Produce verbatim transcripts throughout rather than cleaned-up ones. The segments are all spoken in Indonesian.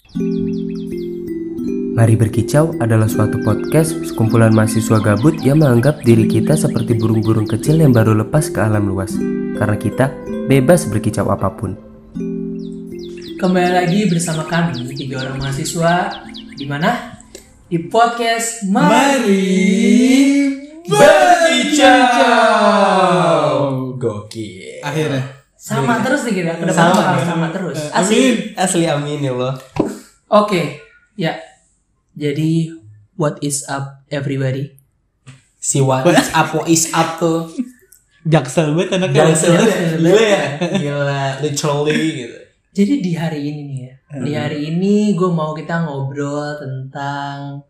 Mari Berkicau adalah suatu podcast sekumpulan mahasiswa gabut yang menganggap diri kita seperti burung-burung kecil yang baru lepas ke alam luas. Karena kita bebas berkicau apapun. Kembali lagi bersama kami tiga orang mahasiswa di mana? Di podcast Mari Berkicau. Gokil. Akhirnya Sama terus nih kita, kedepan Sama, bakal ya. sama terus. Amin. Asli amin ya Allah. Oke, ya. Jadi what is up everybody? Si what is up, what is up tuh. Jaksel banget anaknya. Jaksel gila ya. Gila, literally gitu. Jadi di hari ini nih ya, di hari ini gue mau kita ngobrol tentang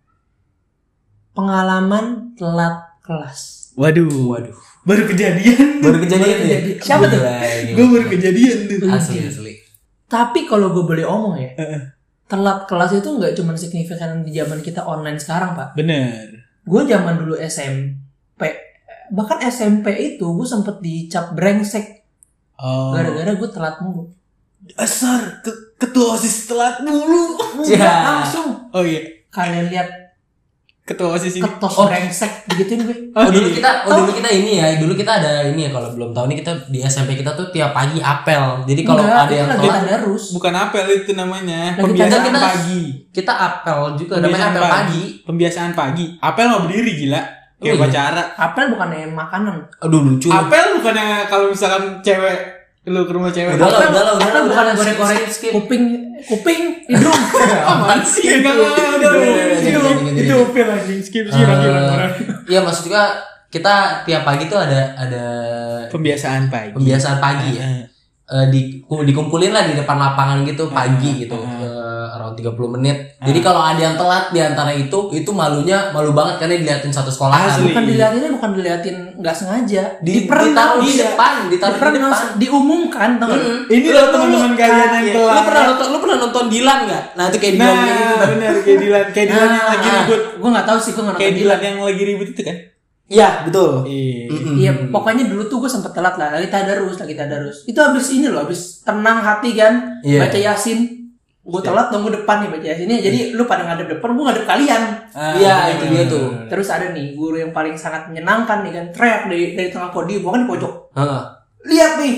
pengalaman telat kelas. Waduh. Waduh. Baru kejadian. Baru kejadian tuh ya? Siapa tuh? Gue baru kejadian tuh. Asli asli. Tapi kalau gue boleh omong ya, telat kelas itu nggak cuma signifikan di zaman kita online sekarang, Pak. Bener. Gue zaman dulu S M P, bahkan S M P itu gue sempet dicap brengsek Oh. gara-gara gue telat mulu. Asar ke ketua OSIS telat mulu. Ya. Langsung Oh iya. kalian lihat Ketua OSIS ini. ketos Oh. brengsek digituin gue. Oh dulu iya. kita, oh dulu kita ini ya, dulu kita ada ini ya, kalau belum tahu nih, kita di S M P kita tuh tiap pagi apel. Jadi kalau Enggak, ada itu yang lagi telat, tadarus. Bukan apel itu namanya. Lagi Pembiasaan kita- pagi. kita apel juga namanya apel pagi. Pembiasaan pagi. Apel mau berdiri gila. Kayak Oh, iya. upacara. Apel bukannya makanan. Aduh lucu. Apel bukannya kalau misalkan cewek lu ke rumah cewek. Udah lah, Apel, udah lah, udah apel lah, bukan udah lah, goreng-goreng skip, skip. kuping, kuping, hidung. Apaan sih? Enggak, enggak, udah, udah, Udah, udah, itu udah, udah, itu udah. apel anjing. Skip Eh, sih orang-orang. Iya maksud juga kita tiap pagi tuh ada ada Pembiasaan pagi. pembiasaan pagi ya. Eh, Eh, di dikumpulin lah di depan lapangan gitu pagi eh, gitu, eh. eh, around tiga puluh menit. Jadi kalau ada yang telat di antara itu, itu malunya malu banget karena diliatin satu sekolahan. Asli. Bukan dilihatinnya, bukan dilihatin nggak sengaja. Di, Diperan ditaruh di langsung. depan, ditaruh di Diperan depan. langsung. Diumumkan, tau nggak? Mm-mm. Ini Lu- loh lu- teman-teman lu- kalian yang Iya. telat. Lu pernah nonton, lu pernah nonton Dilan nggak? Nah itu kayak Dilan kayak gitu. Nah, benar kayak Dilan, kayak Dilan yang lagi Ah. ribut. Gue nggak tahu sih, gue nggak Kayak nonton Dilan Dilan. yang lagi ribut itu kan? Iya betul. Iya. Mm-mm. Iya, pokoknya dulu tuh gue sempet telat lah, lagi tadarus, lagi tadarus. Itu abis ini loh, abis tenang hati kan, Iya. baca yasin. Gue telat nunggu depan nih baca yasinnya, jadi lu pada ngadep depan, gue ngadep kalian. Iya itu dia tuh. Terus ada nih guru yang paling sangat menyenangkan nih kan, teriak dari dari tengah podium, bukan di pojok. Heeh. Lihat nih,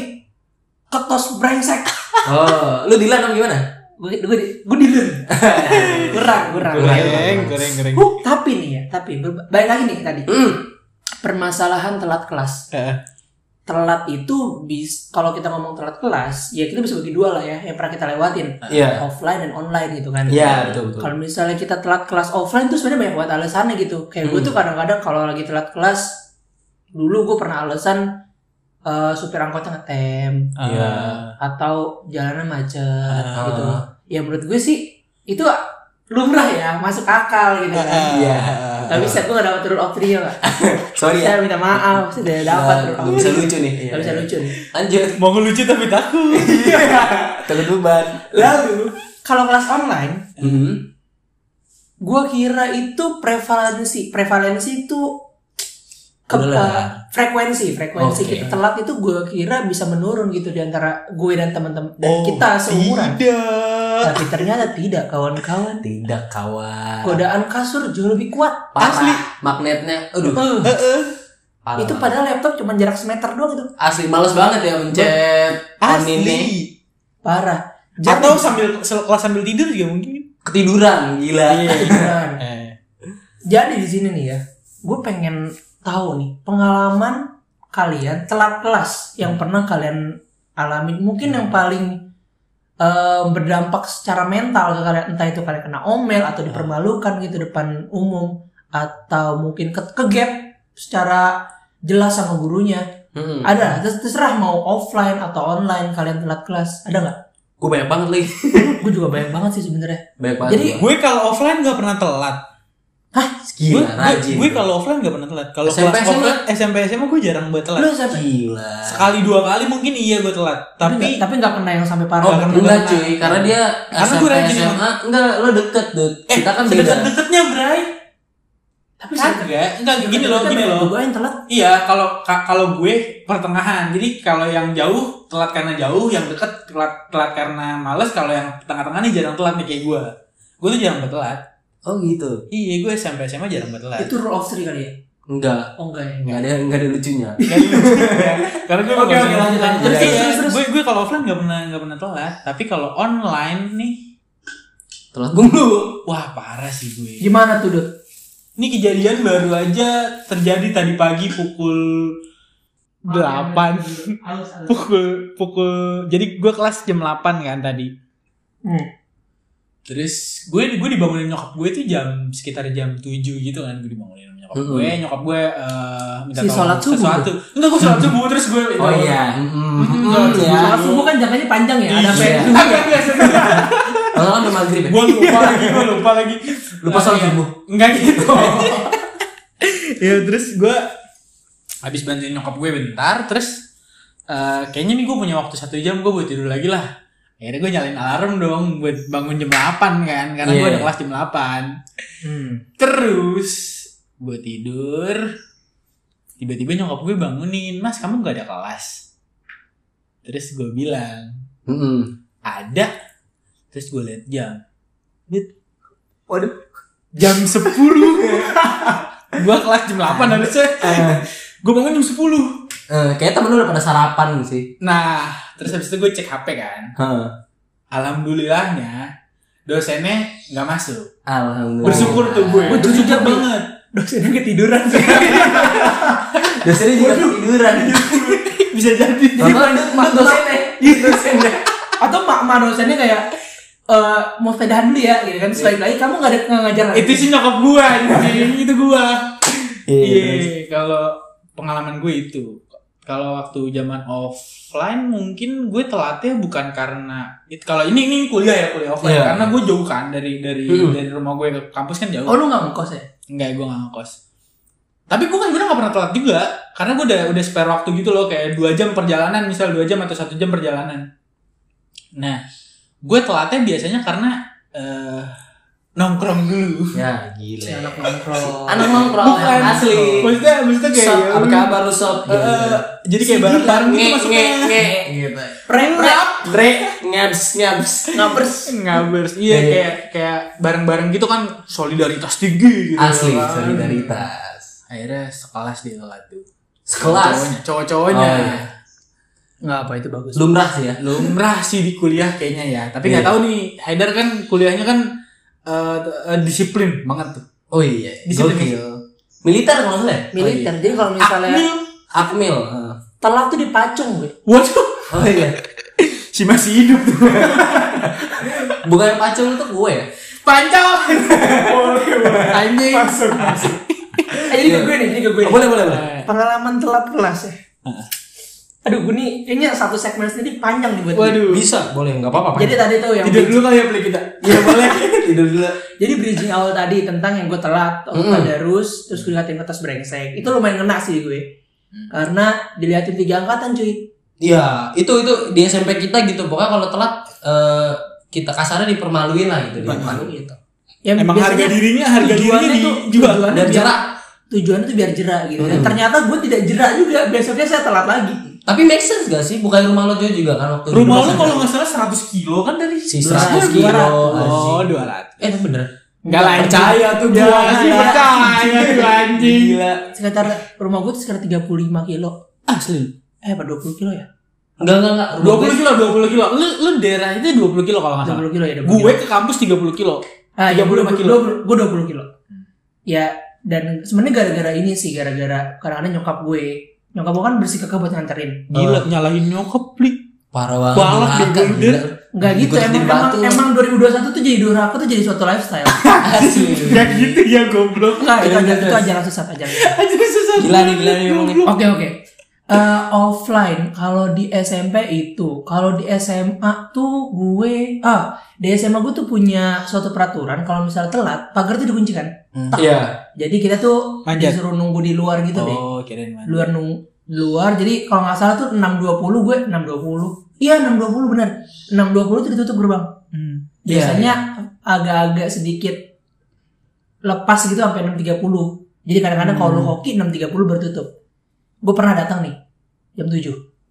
ketos brengsek. Oh, lu Dilan apa gimana? Gue gue gue dilen. Kurang, kurang. Goreng, goreng, goreng. Uh, tapi nih ya, tapi ber- balik lagi nih tadi. Hmm. Permasalahan telat kelas. Heeh. Telat itu bis kalau kita ngomong telat kelas, ya kita bisa bagi dua lah ya, yang pernah kita lewatin. Iya. Offline dan online gitu kan. Iya betul betul. Kalau misalnya kita telat kelas offline tuh sebenarnya banyak buat alasannya gitu. Kayak gue Hmm. tuh kadang-kadang kalau lagi telat kelas, dulu gue pernah alasan eh, supir angkotnya ngetem Iya. atau jalanan macet Ah. gitu. Ya menurut gue sih itu lumrah ya, masuk akal gitu kan. Iya. Tapi saya gue gak dapat rule of three ya, Pak. Sorry ya. Saya minta maaf, saya tidak dapat rule of Nggak bisa three. lucu nih. Gak bisa lucu nih. Lanjut. Mau ngelucu tapi takut. Takut beban. Lalu kalau kelas online, Hmm. gue kira itu prevalensi, prevalensi itu ke, Adalah. frekuensi, frekuensi Oke. kita telat itu gue kira bisa menurun gitu di antara gue dan teman-teman dan Oh, kita seumuran. Tidak. Tapi ternyata tidak, kawan-kawan. Tidak kawan. Godaan kasur jauh lebih kuat. Parah. Asli. Magnetnya. Aduh. Eh, Heeh. Parah itu banget. padahal laptop cuma jarak semeter doang gitu. Asli males banget ya mencet on ini. Asli. Parah. Atau sambil sel- kelas sambil tidur juga mungkin. Ketiduran gila. Beneran. Eh. Jadi di sini nih ya, gue pengen tahu nih pengalaman kalian telat kelas yang pernah kalian alami. Mungkin yang paling eh, berdampak secara mental ke kalian, entah itu kalian kena omel atau dipermalukan gitu depan umum, atau mungkin ke kegap secara jelas sama gurunya. Hmm. Ada, terus terserah mau offline atau online kalian telat kelas, ada nggak? Gue banyak banget lagi. Gue juga banyak banget sih sebenarnya. Banyak banget. Jadi, gua. Gue kalau offline nggak pernah telat. Gila, Gue rajin. gue kalau offline nggak pernah telat. Kalau S M P, kelas S M A? offline S M P S M A gue jarang buat telat. lu siapa? Gila. Sekali dua kali mungkin iya gue telat. Tapi Tapi tapi nggak kena yang sampai parah. Oh Nggak enggak pernah. cuy, karena dia Karena S M P gua rajin S M A enggak, lo deket dude. eh Kita kan beda. sedekat-dekatnya Bray. Tapi Kagak, enggak gini loh, gini loh. Gue yang telat. Iya, kalau ka- kalau gue pertengahan. Jadi kalau yang jauh telat karena jauh, yang deket telat telat karena males. Kalau yang tengah-tengah nih jarang telat nih kayak gue. Gue tuh jarang banget telat. Oh gitu. Iya, gue S M P S M A jarang banget telat. Itu rule of three kali ya? Enggak. Oh enggak ya? Enggak ada enggak ada lucunya. Karena gue Oke, oke, lanjut, lanjut. Terus, Iya, terus, terus. gue gue kalau offline nggak pernah nggak pernah telat. Tapi kalau online nih, Telat mulu. wah parah sih gue. Gimana tuh, Dut? Ini kejadian baru aja terjadi tadi pagi pukul delapan. Halus, halus. Pukul pukul jadi gue kelas jam delapan kan tadi. Hmm. Terus gue gue dibangunin nyokap gue tuh jam sekitar jam tujuh gitu kan, gue dibangunin sama nyokap Mm-hmm. gue. Nyokap gue uh, minta Si tolong sholat subuh sesuatu. Enggak, gue sholat subuh terus gue Oh iya. Mm-mm. Sholat subuh kan jangkanya panjang ya? Ada Iya. apa? Enggak, enggak, enggak. Kalau udah maghrib ya. Gue lupa lagi, gue lupa lagi. Lupa sholat subuh. Enggak gitu. Ya terus gue habis bantuin nyokap gue bentar, terus uh, kayaknya nih gue punya waktu satu jam, gue buat tidur lagi lah. Akhirnya gue nyalain alarm dong buat bangun jam delapan kan, karena gue Yeah. ada kelas jam delapan. Hmm. Terus gue tidur, tiba-tiba nyokap gue bangunin, "Mas, kamu gak ada kelas?" Terus gue bilang, Heeh. "Ada." Terus gue liat jam, Waduh. jam sepuluh. Gue kelas jam delapan harusnya. Gue bangun jam sepuluh. Eh, kayak temen lu udah pada sarapan sih. Nah, terus habis itu gue cek H P kan. Heeh. Alhamdulillahnya dosennya nggak masuk. Alhamdulillah. Bersyukur tuh gue. Gua Bersyukur juga, Bi. banget. Dosennya ketiduran sih. Dosennya juga tiduran. Bisa jadi. Bapak itu mak dosennya. Dosennya. Atau mak-mak dosennya kayak eh mau sepedahan dulu ya gitu kan. Setelah lagi kamu nggak ada nggak ngajar lagi. Itu sih nyokap gue, anjing. Itu gue. Iya. Iya, kalau pengalaman gue itu. Kalau waktu zaman offline mungkin gue telatnya bukan karena it, kalau ini ini kuliah ya, kuliah offline Iya. karena gue jauh kan dari dari Hmm. dari rumah gue ke kampus kan jauh. Oh lu nggak ngekos ya? Enggak, gue gak ngekos. Tapi gue kan sebenarnya gak pernah telat juga. Karena gue udah udah spare waktu gitu loh. Kayak dua jam perjalanan. Misal dua jam atau satu jam perjalanan. Nah, gue telatnya biasanya karena uh, nongkrong dulu. Ya, gila. Si anak nongkrong. Anak nongkrong Bukan. asli. Maksudnya, maksudnya kayak Sob, ya apa udah. kabar lu sob? Eh, eh, jadi kayak bareng-bareng gitu Nge, masuknya. nge, nge, gitu. Prank rap. Bre, ngabs, ngabs. Ngapers. Ngabers. Iya, Iya. kayak kayak bareng-bareng gitu kan. Solidaritas tinggi gitu. Asli, kan. solidaritas. Akhirnya sekelas dia telat tuh. Sekelas. Cowok-cowoknya. Cowok-cowoknya. Oh, iya. Nggak apa itu bagus. Lumrah sih ya. Lumrah sih di kuliah kayaknya ya. Tapi nggak Iya. tahu nih, Haidar kan kuliahnya kan eh, eh, disiplin banget tuh. Oh iya, Disiplin. gokil. Militer kalau nggak salah ya? Militer. Jadi kalau misalnya Akmil. Akmil. Heeh. telat tuh dipacung gue. Waduh, Oh iya. si masih hidup tuh. Bukan yang pacul itu gue ya? Pancong. Anjing. Masuk, masuk. Eh, jadi ke gue nih, jadi ke gue. Oh, boleh, boleh, boleh. Pengalaman telat kelas ya. Aduh, gue nih kayaknya satu segmen sendiri panjang nih buat gue. Waduh. Bisa, boleh, nggak apa-apa. Jadi tadi tuh yang Tidur dulu kali ya beli kita. Iya boleh. Tidur dulu. Jadi bridging awal tadi tentang yang gue telat, waktu Mm. tadarus, terus gue liatin kertas brengsek. Itu lumayan ngena sih gue. Karena diliatin tiga angkatan cuy. Iya, itu itu di S M P kita gitu. Pokoknya kalau telat eh, kita kasarnya dipermaluin lah gitu. di depan. Gitu. Yang Emang biasanya harga dirinya, harga tujuannya dirinya tuh- dijual. tujuannya Dan biar- jerak. Tujuannya tuh biar jerak gitu. Dan Mm. ternyata gue tidak jerak juga. Besoknya saya telat lagi. Tapi make sense gak sih? Bukan rumah lo juga juga kan waktu Rumah dulu lu pas kalau ada- nggak salah seratus kilo kan dari si dua ratus, seratus dua kilo. ratus. Oh, dua ratus. Eh, itu bener. Enggak lah, percaya tuh Ya, gua. sih percaya tuh anjing. Gila. Sekitar rumah gue tuh sekitar tiga puluh lima kilo. Asli. Eh apa dua puluh kilo ya? Enggak enggak enggak. dua puluh kilo, dua puluh kilo. Lu lu daerah itu dua puluh kilo kalau nggak dua salah. puluh kilo ya. dua puluh Gue kilo. ke kampus tiga puluh kilo. Ah, tiga puluh lima kilo. Gue dua puluh kilo. Ya, dan sebenarnya gara-gara ini sih, gara-gara kadang-kadang nyokap gue, nyokap gue kan bersikeras buat nganterin. Gila, nyalahin nyokap, Pli. Parah banget. Balap durhaka, di Golden. gila. Enggak gitu, Ikutin emang, batu. emang, emang dua ribu dua puluh satu tuh jadi durhaka tuh jadi suatu lifestyle. Asli. Ya gitu ya goblok. Enggak, itu, Terus, aja, itu terus. ajaran sesat, ajaran sesat. Aja susah. Gila nih, gila nih emang nih. Oke, oke. Eh, offline, kalau di S M P itu, kalau di S M A tuh gue, ah, di S M A gue tuh punya suatu peraturan, kalau misalnya telat, pagar tuh dikunci kan. Iya. Jadi kita tuh Manjat. disuruh nunggu di luar gitu deh. Oh, kirain mana. Luar nung luar, jadi kalau nggak salah tuh enam dua puluh, gue enam dua puluh. Iya, enam dua puluh benar. enam dua puluh tuh ditutup gerbang. Hmm. Biasanya agak-agak sedikit lepas gitu sampai enam tiga puluh. Jadi kadang-kadang kalau lu hoki enam tiga puluh baru tutup. Gue pernah datang nih jam tujuh.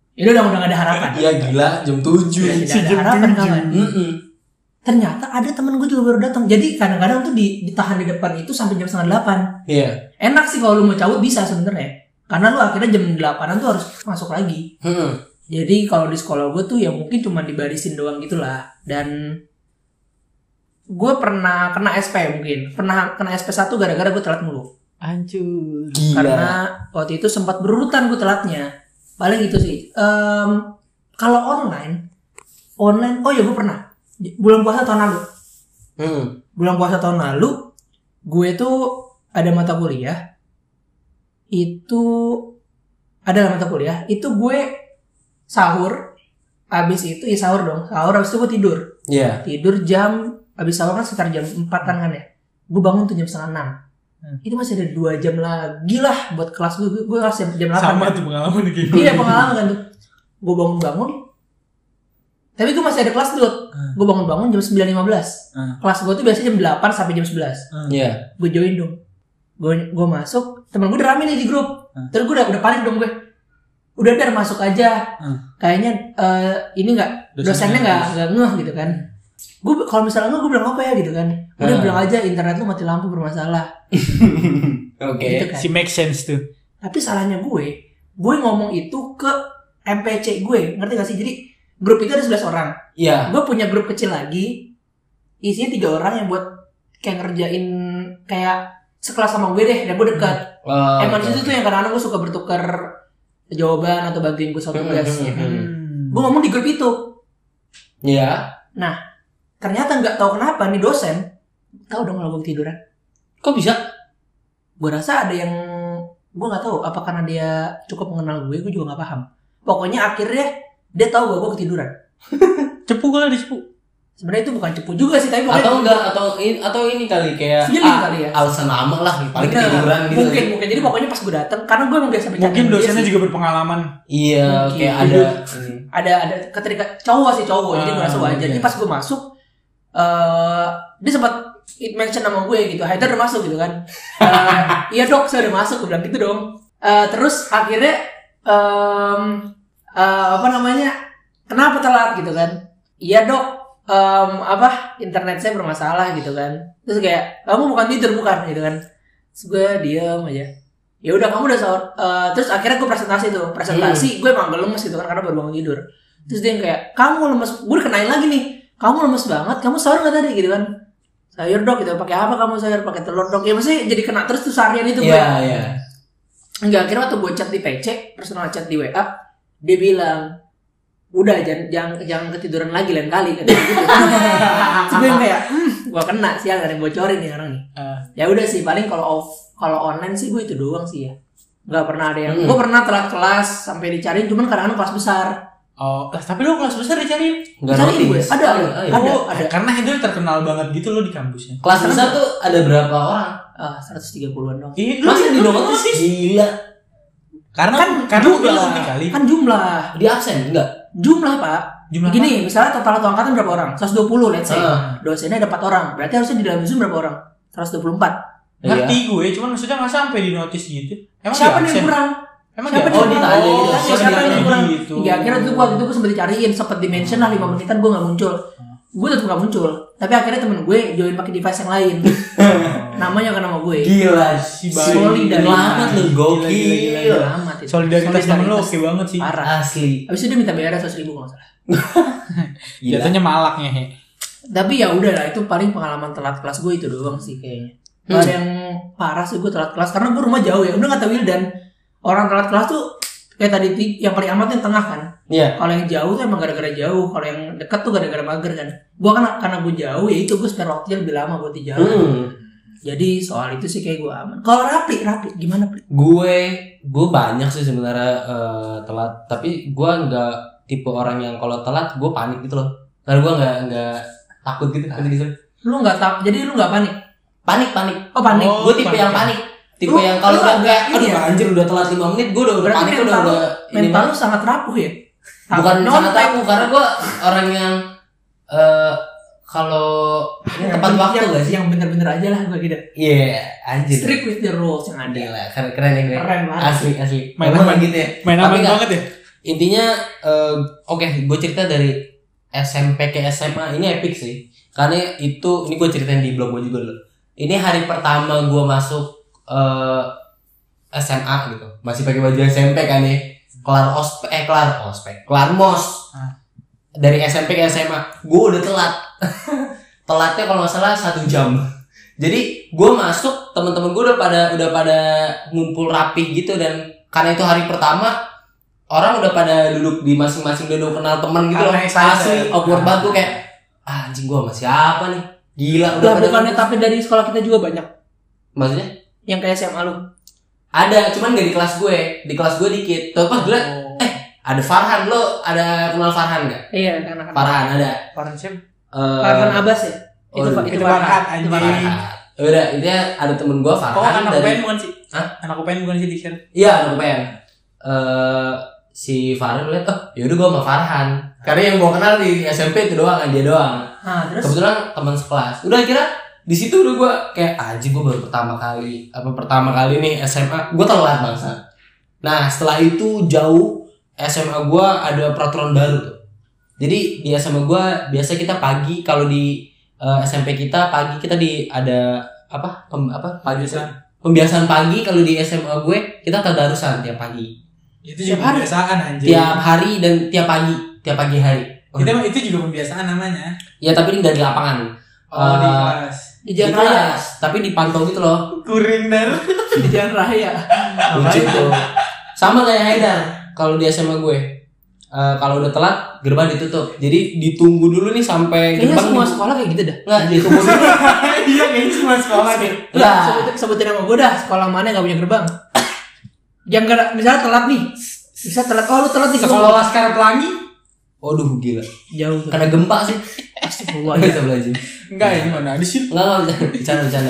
Itu udah udah gak ada harapan. Iya gila jam tujuh. Udah tidak ada harapan kawan. Mm-mm. Ternyata ada temen gue juga baru datang. Jadi kadang-kadang tuh di, ditahan di depan itu sampai jam setengah delapan. Iya. Enak sih kalau lu mau cabut bisa sebenarnya. Karena lu akhirnya jam delapanan tuh harus masuk lagi. Hmm. Jadi kalau di sekolah gue tuh ya mungkin cuma dibarisin doang gitulah. Dan gue pernah kena S P mungkin. Pernah kena S P satu gara-gara gue telat mulu. Hancur. Gila. Karena waktu itu sempat berurutan gue telatnya. Paling gitu sih. Um, kalau online, online, oh ya gue pernah. Bulan puasa tahun lalu. Hmm. Bulan puasa tahun lalu, gue tuh ada mata kuliah. Itu ada mata kuliah. Itu gue sahur. Abis itu ya sahur dong. Sahur abis itu gue tidur. Iya. Tidur jam, abis sahur kan sekitar jam empatan kan ya. Gue bangun tuh jam setengah enam. Hmm. Itu masih ada dua jam lagi lah buat kelas gue. Gue kelas jam, jam delapan. Sama kan. tuh pengalaman nih. Iya pengalaman kan tuh. Gue bangun-bangun. Tapi gue masih ada kelas tuh. Hmm. Gue bangun-bangun jam sembilan lima belas. Hmm. Kelas gue tuh biasanya jam delapan sampai jam sebelas. Iya. Hmm. Gue join dong. Gue gue masuk. Temen gue udah rame nih di grup. Hmm. Terus gue udah udah panik dong gue. Udah biar masuk aja. Hmm. Kayaknya uh, ini nggak dosennya nggak nggak ngeh gitu kan. Gue kalau misalnya nggak gue bilang apa ya gitu kan. Udah hmm. bilang aja internet lu mati lampu bermasalah. Oke. Okay. Gitu kan. Si make sense tuh. Tapi salahnya gue, gue ngomong itu ke M P C gue, ngerti gak sih? Jadi grup itu ada sebelas orang. Iya. Gue punya grup kecil lagi, isinya tiga orang yang buat kayak ngerjain kayak sekelas sama gue deh, dan gue dekat. Hmm. Oh, Emang okay. Situ tuh yang kadang-kadang gue suka bertukar jawaban atau bantuin gue soal tugas. Hmm. Ya kan? Hmm. Gue ngomong di grup itu. Iya. Nah, ternyata nggak tahu kenapa nih dosen tahu dong kalau gue ketiduran. Kok bisa? Gue rasa ada yang gue nggak tahu apa karena dia cukup mengenal gue, gue juga nggak paham. Pokoknya akhirnya dia tahu bahwa gue ketiduran. Cepu kali cepu. Sebenarnya itu bukan cepu juga sih, tapi atau enggak atau ini atau ini kali kayak feeling ah, kali ya. Alasan lama lah paling bener, ketiduran gitu. Mungkin mungkin jadi pokoknya pas gue datang karena gue emang biasa bercanda. Mungkin dosennya juga berpengalaman. Iya, mungkin. kayak ada hmm. ada ada ketika cowok sih cowok, ah, jadi gue rasa wajar. Okay. Jadi pas gue masuk uh, dia sempat it mention nama gue gitu. Haidar udah masuk gitu kan. Uh, iya dok, saya udah masuk, gue bilang gitu dong. Uh, terus akhirnya um, uh, apa namanya? Kenapa telat gitu kan? Iya dok, um, apa internet saya bermasalah gitu kan. Terus kayak kamu bukan tidur bukan gitu kan. Terus gue diam aja. Ya udah kamu udah sahur. Uh, terus akhirnya gue presentasi tuh, presentasi hmm. gue emang lemes gitu kan karena baru bangun tidur. Terus dia kayak kamu lemes, gue dikenain lagi nih. Kamu lemes banget, kamu sahur nggak tadi gitu kan? Sayur dok gitu, pakai apa kamu sayur? Pakai telur dok. Ya maksudnya jadi kena terus tuh seharian itu gue. Iya iya. Enggak, akhirnya waktu gue chat di P C, personal chat di W A, dia bilang udah jangan jangan, jangan ketiduran lagi lain kali kata gitu. Sebenarnya kayak hmm, gua kena sih ada yang bocorin nih orang nih. Uh. Ya udah sih paling kalau off kalau online sih gue itu doang sih ya. Enggak pernah ada yang hmm. gue pernah telat kelas sampai dicariin cuman kadang-kadang kelas besar. Oh, tapi lo kelas besar dicariin? Enggak dicariin gue. Ada ada, oh, iya. ada, ada. Karena itu terkenal banget gitu lo di kampusnya. Kelas besar tuh ada berapa orang? Ah, seratus tiga puluhan dong. Ih, masa di notis sih? Gila. Karena kan karena jumlah kali. Kan jumlah. Di absen enggak? Jumlah pak. Jumlah gini apa? Misalnya total satu angkatan berapa orang? seratus dua puluh let's say. Uh. Dosennya ada empat orang. Berarti harusnya di dalam Zoom berapa orang? seratus dua puluh empat. Ngerti iya. Gue, cuman maksudnya nggak sampai di notis gitu. Emang siapa nih yang kurang? Emang siapa dia? Oh, ditanya gitu. Oh, siapa, siapa yang kurang? Gitu. Ya akhirnya itu gua itu gua sempat dicariin, sempat di-mention lah lima menitan gue enggak muncul. Gue tetap enggak muncul. Tapi akhirnya temen gue join pakai device yang lain. Namanya kan nama gue. Gila, si Solidaritas. Selamat lu, gokil. Selamat itu. Solidaritas temen lu oke banget sih. Parah. Asli. Habis itu dia minta bayar seratus ribu kalau enggak salah. Jatuhnya malaknya, he. Tapi ya udah lah, itu paling pengalaman telat kelas gue itu doang sih kayaknya. Gak hmm. ada yang parah sih gue telat kelas karena gue rumah jauh ya. Udah kata Wildan, orang telat kelas tuh kayak tadi yang paling amat yang tengah kan. Iya. Yeah. Kalau yang jauh tuh emang gara-gara jauh, kalau yang dekat tuh gara-gara mager kan. Gue kan karena gue jauh ya itu gue spare waktunya lebih lama buat di jalan. Hmm. Jadi soal itu sih kayak gue aman. Kalau Rapli, Rapli gimana Pli? Gue, gue banyak sih sebenarnya uh, telat. Tapi gue nggak tipe orang yang kalau telat gue panik gitu loh. Karena gue nggak nggak takut gitu. Nah. gitu. Lu nggak tak, jadi lu nggak panik? Panik panik. Oh panik. Oh, gue tipe panik. yang panik. Tipe lu, yang kalau udah kayak aduh ya? Anjir udah telat lima menit gue udah udah panik udah udah. Mental lu sangat rapuh ya? Bukan sangat rapuh karena gue orang yang uh, kalau ini tepat waktu yang, gak sih? Yang bener-bener aja lah gue gitu. Iya, yeah, anjir. Strict with the rules yang ada. Gila, keren keren ya gue. Keren banget. Asli asli. Main aman gitu ya. Main aman banget ya. Intinya uh, oke, okay, gue cerita dari S M P ke S M A ini epic sih. Karena itu ini gue ceritain di blog gue juga dulu. Ini hari pertama gue masuk uh, S M A gitu. Masih pakai baju S M P kan ya. Kelar ospek eh kelar ospek, kelar mos. Dari S M P ke S M A, gue udah telat. Telatnya kalau nggak salah satu jam. Jadi gue masuk, teman-teman gue udah pada udah pada ngumpul rapih gitu, dan karena itu hari pertama, orang udah pada duduk di masing-masing, udah kenal teman gitu loh. Asli awkward banget tuh, kayak ah, anjing gue sama siapa nih? Gila udah Lah pada bukannya tapi dari sekolah kita juga banyak. Maksudnya? Yang kayak S M A lu. Ada, cuman gak di kelas gue. Di kelas gue dikit. Tuh pas gue liat, eh ada Farhan, lo ada kenal Farhan gak? Iya, anak-anak. Farhan ada. Farhan siapa? Uh, Farhan Abbas ya? Oh, itu itu Farhan, anjing. Farhan. Udah, intinya ada temen gue Farhan. Oh, anak U P N dari... bukan sih? Hah? Anak U P N bukan sih di share? Iya, anak U P N. Uh, si Farhan liat, oh yaudah gue sama Farhan. Karena yang gue kenal di S M P itu doang, dia doang. Nah, terus? Kebetulan teman sekelas. Udah kira di situ udah gue kayak anjing, gue baru pertama kali apa pertama kali nih S M A gue telat bangsa. Nah setelah itu jauh S M A gue ada peraturan baru tuh. Jadi di S M A gue biasa kita pagi, kalau di uh, S M P kita pagi kita di ada apa pem, apa pagi pembiasaan pagi. Kalau di S M A gue kita tadarusan tiap pagi. Itu juga pembiasaan anjing. Tiap hari dan tiap pagi tiap pagi hari. Oh. Itu itu juga pembiasaan namanya. Ya tapi ini dari lapangan. Oh uh, di kelas. Di jalan raya. Tapi dipantau gitu loh. Kuring dar. Di jalan raya. Lucu tuh. Sama kayak Haidar. Kalau di S M A gue, uh, kalau udah telat gerbang ditutup. Jadi ditunggu dulu nih sampai Kayaknya gerbang semua di... sekolah kayak gitu dah. Nggak, ditunggu dulu. Iya kayaknya semua sekolah deh. Lah, sebutin, sebutin nama gue dah. Sekolah mana yang gak punya gerbang? Yang gak, misalnya telat nih. Bisa telat. Oh lu telat nih. Sekolah Laskar Pelangi. Waduh gila. Jauh. Kena gempa sih. Astagfirullah. Kita belajar. Enggak ya gimana? Di sini. Enggak enggak bercanda bercanda.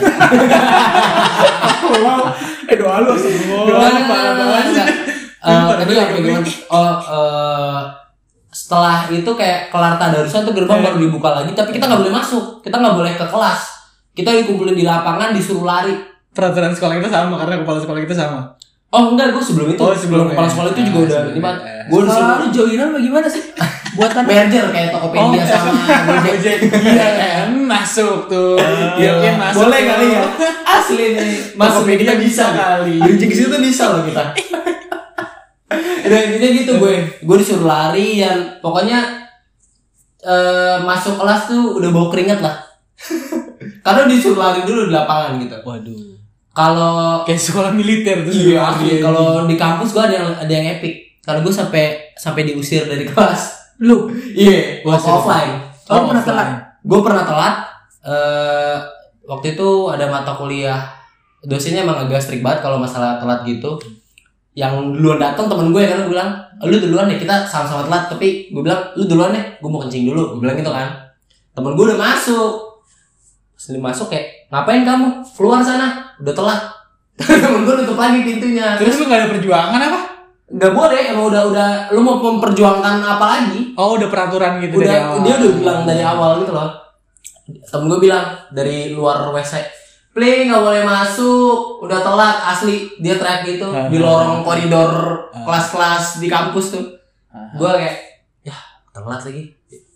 Eh doa lu astagfirullah. Doa parah banget. Eh tadi apa gimana? Oh eh setelah itu kayak kelar tadarusan tuh gerbang baru dibuka lagi, tapi kita nggak boleh masuk, kita nggak boleh ke kelas, kita dikumpulin di lapangan disuruh lari. Peraturan sekolah kita sama karena kepala sekolah kita sama. Oh enggak, gue sebelum itu, oh, sebelum kepala ya. sekolah itu juga ah, udah ini lima. eh. Gue disuruh lu joinan bagaimana sih? Buatan merger kayak Tokopedia Oh, sama Gojek. Iya kan masuk tuh. Iya kan masuk. Boleh kali ya. Asli nih. Masuk Tokopedia kita bisa kali. Bridging situ tuh bisa loh kita. Dan intinya gitu gue. Gue disuruh lari yang pokoknya eh, masuk kelas tuh udah bau keringat lah. Karena disuruh lari dulu di lapangan gitu. Waduh. Kalau Kayak sekolah militer tuh. iya, kalau di kampus gue ada yang ada yang epic. Kalau gue sampai sampai diusir dari kelas. Lu? Iya, Wah, waktu offline. Oh, pernah telat? Gue pernah telat. Eh waktu itu ada mata kuliah, dosennya emang agak strict banget kalau masalah telat gitu. Yang duluan datang temen gue kan, gue bilang, lu duluan deh, kita sama-sama telat. Tapi gue bilang, lu duluan deh, gue mau kencing dulu. Gue bilang gitu kan. Temen gue udah masuk. Pas masuk kayak, ngapain kamu? Keluar sana, udah telat. Temen gue nutup lagi pintunya. Terus lu gak ada perjuangan apa? Gak boleh, emang udah udah lu mau memperjuangkan apa lagi? Oh udah peraturan gitu Udah, dari awal. dia udah bilang dari awal gitu loh. Temen gue bilang dari luar W C, Play nggak boleh masuk, udah telat asli. Dia teriak gitu di lorong koridor kelas-kelas di kampus tuh. Gue kayak, ya telat lagi.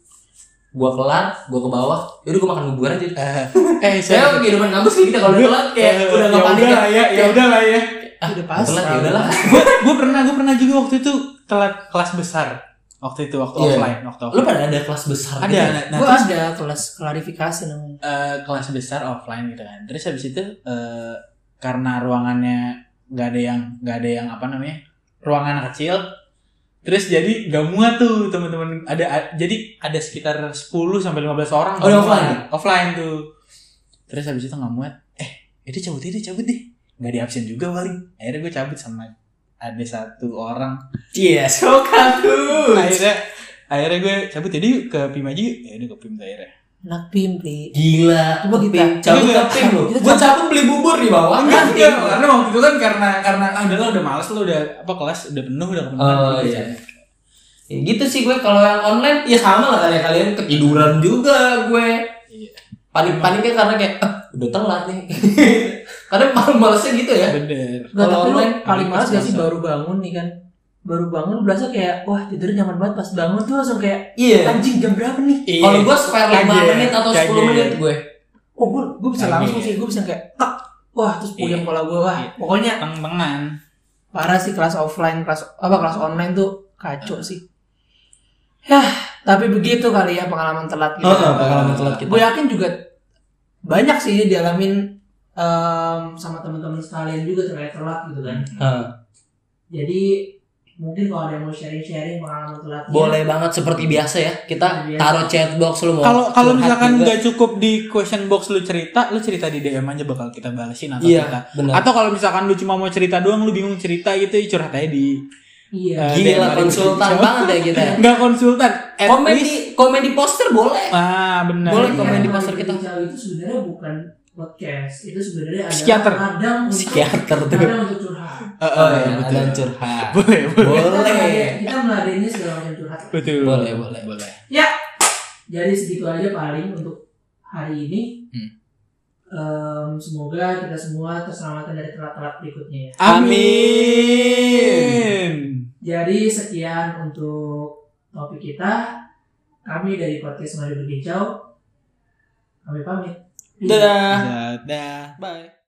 Gue kelar, gue ke bawah, yaudah gue makan bubur aja. Eh Saya kehidupan kampus kayak gitu, kalau udah telat kayak udah nggak panik ya. Ya ya udah lah ya. Ah, udah pas. Telat ya udahlah. Gue gue pernah gue pernah juga waktu itu telat kelas besar. Waktu itu waktu Iya. offline, waktu Lu offline. pada ada kelas besar Ada. gitu? Nah, nah, Gue terus, ada kelas klarifikasi namanya. eh, kelas besar offline gitu kan. Terus habis itu eh, karena ruangannya nggak ada yang nggak ada yang apa namanya ruangan kecil. Terus jadi gak muat tuh teman-teman. Ada a- jadi ada sekitar sepuluh sampai lima belas orang. Oh, gak offline? muat. Offline tuh. Terus habis itu gak muat. Eh, itu cabut deh, cabut deh. Gak di absen juga paling. Akhirnya gue cabut sama ada satu orang. Iya, so kaku. Akhirnya akhirnya gue cabut jadi yuk ke P I M aja yuk. Ya udah ke P I M tuh akhirnya. Anak pimpli. Gila, Coba kita- Pim. cabut Iya, ke Pim lu. kita Gua cabut beli bubur di bawah. Enggak, Kan, enggak. Pim. Karena waktu itu kan karena karena ah, udah lah udah males lu udah apa kelas udah penuh udah penuh. Oh, iya. Ya, gitu sih gue kalau yang online ya sama lah kalian kalian ketiduran juga gue. Iya. Panik-paniknya karena kayak ah, udah telat nih. Karena malu-malesnya gitu ya. Bener. Gak, Kalau tapi lu online, paling males gak sih masa. baru bangun nih kan? baru bangun berasa kayak wah tidur nyaman banget, pas bangun tuh langsung kayak Iya. anjing jam berapa nih? Kalau gue spare lima Kaget, menit atau sepuluh kaget. menit gue. Oh gue gue bisa Kaget. langsung sih, gue bisa kayak tak wah terus puyeng Iya. kepala gue wah Iya. pokoknya Teng-tengan. parah sih kelas offline kelas apa kelas online tuh kacau sih. Yah tapi begitu kali ya pengalaman telat kita. Heeh, pengalaman telat kita. Gue yakin juga banyak sih dialamin em, sama teman-teman sekalian juga terkait telat gitu kan. Heeh. Jadi mungkin kalau ada yang mau sharing-sharing pengalaman telat Boleh banget seperti biasa ya. Kita Biasa. taruh chat box lu mau. Kalau kalau curhat misalkan juga. nggak cukup di question box lu cerita, lu cerita di D M aja bakal kita balesin atau Iya, kita. benar. Atau kalau misalkan lu cuma mau cerita doang, lu bingung cerita gitu, ya curhat aja di. Iya. Eh, Gila D M aja konsultan di- banget ya kita. Nggak konsultan. At Komen least- di komen di poster boleh. Ah benar. Boleh Jadi komen di yang poster Mari kita. Berbicara itu sebenarnya bukan podcast, itu sebenarnya adalah Psikiater. ladang untuk Psikiater tuh. ladang untuk curhat. Eh, Oh eh, ya, betul. ada curhat. Boleh, boleh. Kita Boleh. melade- Kita meladeni segala macam curhat. Betul. Boleh, boleh. boleh. Ya, jadi segitu aja paling untuk hari ini. Hmm. Em, semoga kita semua terselamatkan dari telat-telat berikutnya ya. Amin. Jadi sekian untuk topik kita. Kami dari podcast Mari Berkicau. Kami pamit. Dadah. Dadah. Bye.